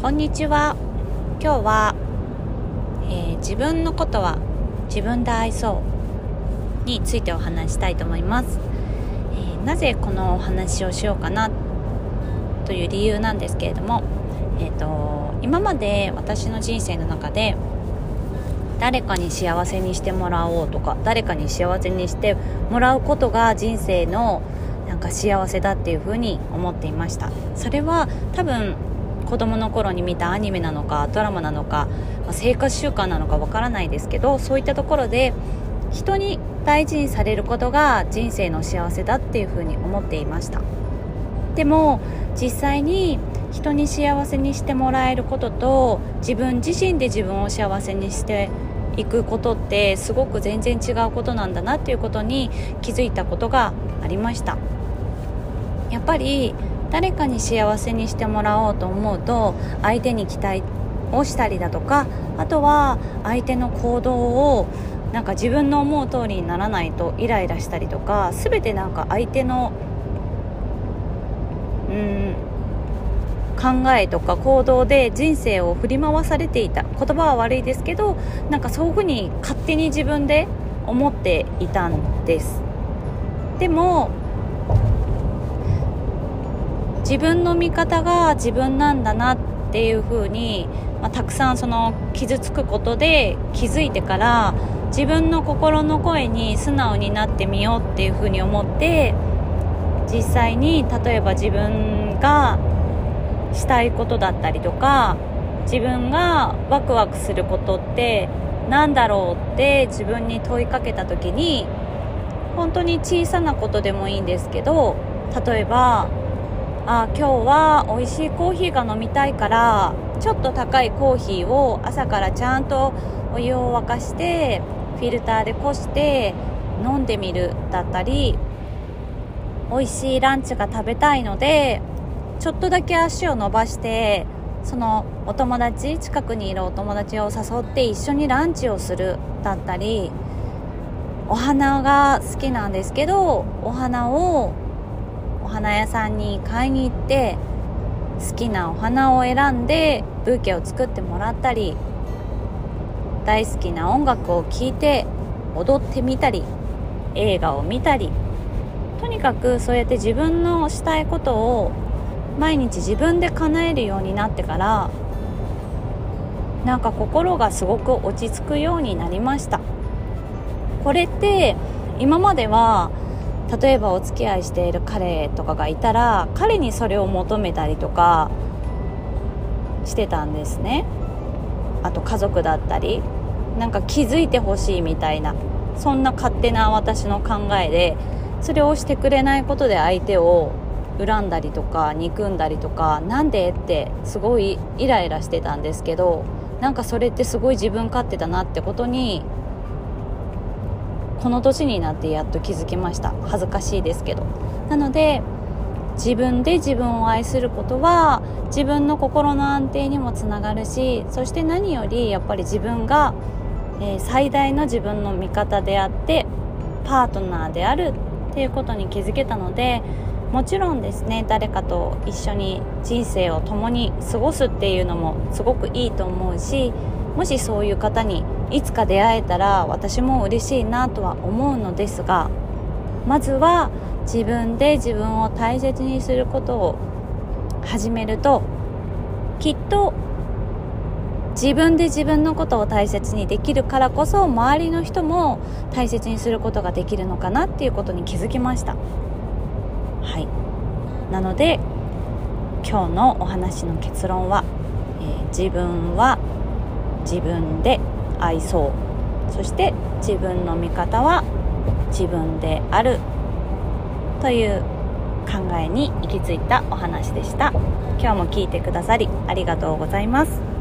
こんにちは。今日は、自分のことは自分で愛そうについてお話したいと思います。なぜこのお話をしようかなという理由なんですけれども、今まで私の人生の中で誰かに幸せにしてもらおうとか、誰かに幸せにしてもらうことが人生の幸せだっていうふうに思っていました。それは多分子供の頃に見たアニメなのかドラマなのか、生活習慣なのかわからないですけど、そういったところで人に大事にされることが人生の幸せだっていうふうに思っていました。でも実際に人に幸せにしてもらえることと自分自身で自分を幸せにしていくことってすごく全然違うことなんだなっていうことに気づいたことがありました。やっぱり誰かに幸せにしてもらおうと思うと相手に期待をしたりだとか、あとは相手の行動を自分の思う通りにならないとイライラしたりとか、全て相手の考えとか行動で人生を振り回されていた。言葉は悪いですけど、そういうふうに勝手に自分で思っていたんです。でも自分の味方が自分なんだなっていうふうに、たくさん傷つくことで気づいてから、自分の心の声に素直になってみようっていうふうに思って、実際に例えば自分がしたいことだったりとか、自分がワクワクすることってなんだろうって自分に問いかけた時に、本当に小さなことでもいいんですけど、例えば今日は美味しいコーヒーが飲みたいからちょっと高いコーヒーを朝からちゃんとお湯を沸かしてフィルターでこして飲んでみるだったり、美味しいランチが食べたいのでちょっとだけ足を伸ばしてそのお友達、近くにいるお友達を誘って一緒にランチをするだったり、お花が好きなんですけどお花屋さんに買いに行って好きなお花を選んでブーケを作ってもらったり、大好きな音楽を聴いて踊ってみたり、映画を見たり、とにかくそうやって自分のしたいことを毎日自分で叶えるようになってから、心がすごく落ち着くようになりました。これって今までは例えばお付き合いしている彼とかがいたら彼にそれを求めたりとかしてたんですね。あと家族だったり気づいてほしいみたいな、そんな勝手な私の考えでそれをしてくれないことで相手を恨んだりとか憎んだりとか、なんでってすごいイライラしてたんですけど、それってすごい自分勝手だなってことにこの年になってやっと気づきました。恥ずかしいですけど。なので自分で自分を愛することは自分の心の安定にもつながるし、そして何よりやっぱり自分が、最大の自分の味方であってパートナーであるっていうことに気づけたので、もちろんですね、誰かと一緒に人生を共に過ごすっていうのもすごくいいと思うし、もしそういう方にいつか出会えたら私も嬉しいなとは思うのですが、まずは自分で自分を大切にすることを始めると、きっと自分で自分のことを大切にできるからこそ周りの人も大切にすることができるのかなっていうことに気づきました。はい。なので今日のお話の結論は、自分は自分で愛そう、そして自分の味方は自分であるという考えに行き着いたお話でした。今日も聞いてくださりありがとうございます。